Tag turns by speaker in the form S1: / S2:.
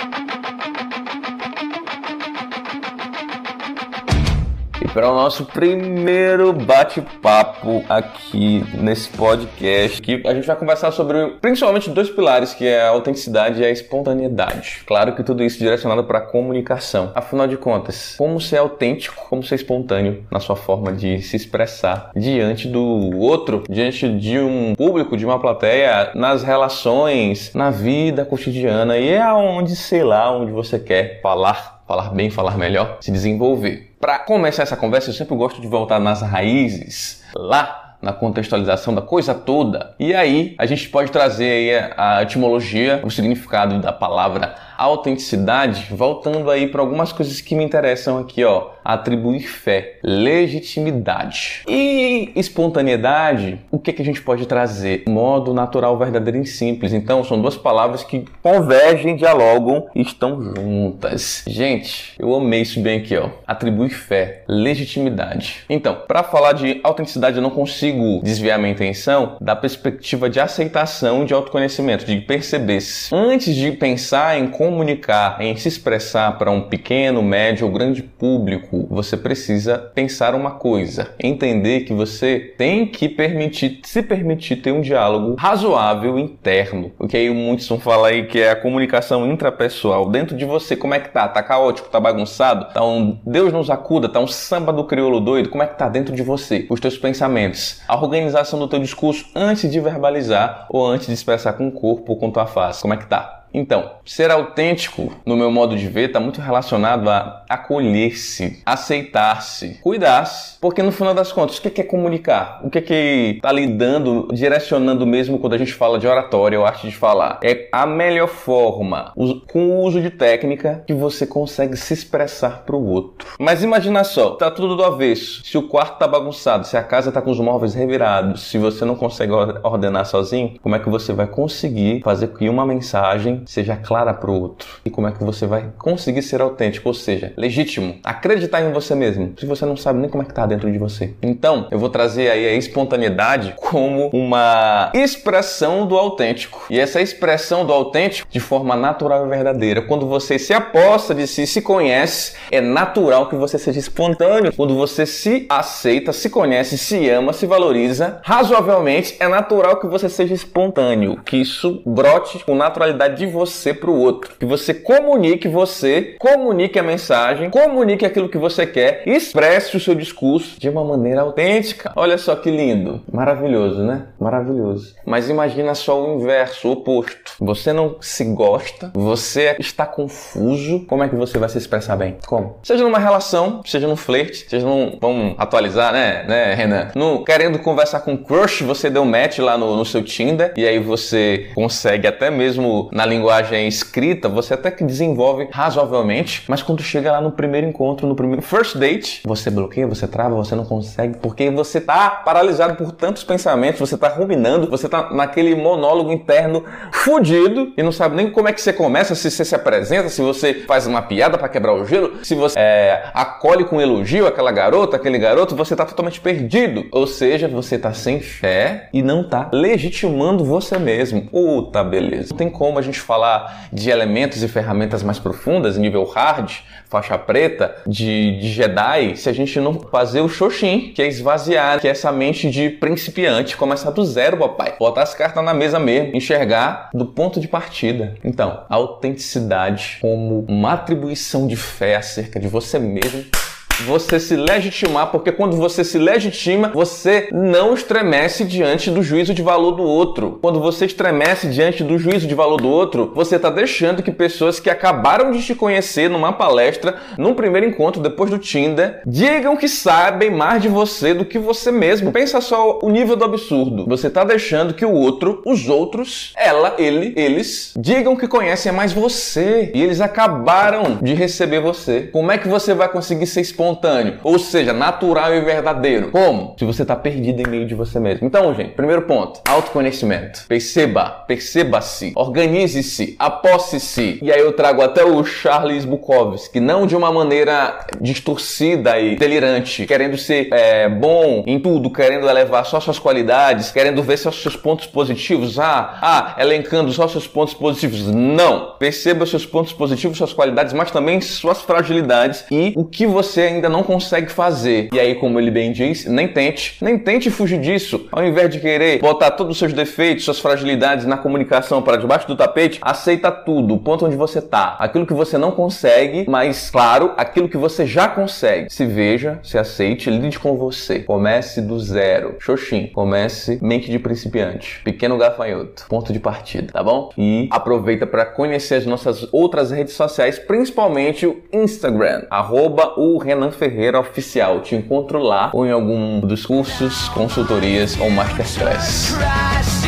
S1: Para o nosso primeiro bate-papo aqui nesse podcast, que a gente vai conversar sobre principalmente dois pilares, que é a autenticidade e a espontaneidade. Claro que tudo isso direcionado para a comunicação. Afinal de contas, como ser autêntico, como ser espontâneo na sua forma de se expressar diante do outro, diante de um público, de uma plateia, nas relações, na vida cotidiana e é aonde, sei lá, onde você quer falar bem, falar melhor, se desenvolver. Para começar essa conversa, eu sempre gosto de voltar nas raízes, lá na contextualização da coisa toda. E aí, a gente pode trazer aí a etimologia, o significado da palavra autenticidade, voltando aí para algumas coisas que me interessam aqui, ó. Atribuir fé, legitimidade e espontaneidade. O que a gente pode trazer? Modo natural, verdadeiro e simples. Então, são duas palavras que convergem, dialogam e estão juntas. Gente, eu amei isso bem aqui, ó. Atribuir fé, legitimidade. Então, para falar de autenticidade, eu não consigo desviar minha intenção da perspectiva de aceitação e de autoconhecimento, de perceber-se. Antes de pensar em comunicar, em se expressar para um pequeno, médio ou grande público, você precisa pensar uma coisa, entender que você tem que se permitir ter um diálogo razoável interno. O que aí muitos vão falar aí que é a comunicação intrapessoal. Dentro de você, como é que tá? Tá caótico? Tá bagunçado? Tá um Deus nos acuda? Tá um samba do crioulo doido? Como é que tá dentro de você? Os teus pensamentos, a organização do teu discurso antes de verbalizar ou antes de expressar com o corpo ou com tua face. Como é que tá? Então, ser autêntico, no meu modo de ver, está muito relacionado a acolher-se, aceitar-se, cuidar-se. Porque no final das contas, o que é comunicar? O que está lidando, direcionando mesmo quando a gente fala de oratória ou arte de falar? É a melhor forma, com o uso de técnica, que você consegue se expressar para o outro. Mas imagina só, tá tudo do avesso. Se o quarto tá bagunçado, se a casa tá com os móveis revirados, se você não consegue ordenar sozinho, como é que você vai conseguir fazer que uma mensagem seja clara para o outro? E como é que você vai conseguir ser autêntico, ou seja, legítimo, acreditar em você mesmo, se você não sabe nem como é que tá dentro de você? Então, eu vou trazer aí a espontaneidade como uma expressão do autêntico. E essa expressão do autêntico de forma natural e verdadeira. Quando você se aposta de si, se conhece, é natural que você seja espontâneo. Quando você se aceita, se conhece, se ama, se valoriza, razoavelmente, é natural que você seja espontâneo, que isso brote com naturalidade de você para o outro, que você comunique a mensagem, comunique aquilo que você quer, expresse o seu discurso de uma maneira autêntica. Olha só que lindo, maravilhoso, né? Maravilhoso. Mas imagina só o inverso, o oposto. Você não se gosta, você está confuso, como é que você vai se expressar bem? Como? Seja numa relação, seja num flerte, seja num... Vamos atualizar, né, Renan? Querendo conversar com um crush, você deu match lá no seu Tinder, e aí você consegue até mesmo na linguagem escrita, você até que desenvolve razoavelmente, mas quando chega lá no primeiro encontro, no primeiro first date, você bloqueia, você trava, você não consegue, porque você tá paralisado por tantos pensamentos, você tá ruminando, você tá naquele monólogo interno fudido e não sabe nem como é que você começa, se você se apresenta, se você faz uma piada para quebrar o gelo, se você acolhe com elogio aquela garota, aquele garoto, você tá totalmente perdido. Ou seja, você tá sem fé e não tá legitimando você mesmo. Puta beleza. Não tem como a gente falar de elementos e ferramentas mais profundas, nível hard, faixa preta, de Jedi, se a gente não fazer o Shoshin, que é esvaziar, que é essa mente de principiante, começar do zero, papai. Botar as cartas na mesa mesmo, enxergar do ponto de partida. Então, a autenticidade como uma atribuição de fé acerca de você mesmo, você se legitimar, porque quando você se legitima, você não estremece diante do juízo de valor do outro. Quando você estremece diante do juízo de valor do outro, você está deixando que pessoas que acabaram de te conhecer numa palestra, num primeiro encontro, depois do Tinder, digam que sabem mais de você do que você mesmo. Pensa só o nível do absurdo. Você está deixando que o outro, os outros, ela, ele, eles, digam que conhecem mais você. E eles acabaram de receber você. Como é que você vai conseguir ser espontâneo espontâneo, ou seja, natural e verdadeiro. Como? Se você está perdido em meio de você mesmo. Então, gente, primeiro ponto, autoconhecimento. Perceba-se, organize-se, aposse-se. E aí eu trago até o Charles Bukowski, não de uma maneira distorcida e delirante, querendo ser bom em tudo, querendo elevar só suas qualidades, querendo ver só seus pontos positivos, elencando só seus pontos positivos. Não! Perceba seus pontos positivos, suas qualidades, mas também suas fragilidades e o que você ainda não consegue fazer. E aí, como ele bem diz, nem tente fugir disso. Ao invés de querer botar todos os seus defeitos, suas fragilidades na comunicação para debaixo do tapete, aceita tudo, o ponto onde você tá. Aquilo que você não consegue, mas, claro, aquilo que você já consegue. Se veja, se aceite, lide com você. Comece do zero. Xoxim. Comece mente de principiante. Pequeno gafanhoto. Ponto de partida, tá bom? E aproveita para conhecer as nossas outras redes sociais, principalmente o Instagram, @o Renan Ferreira Oficial. Te encontro lá ou em algum dos cursos, consultorias ou masterclass.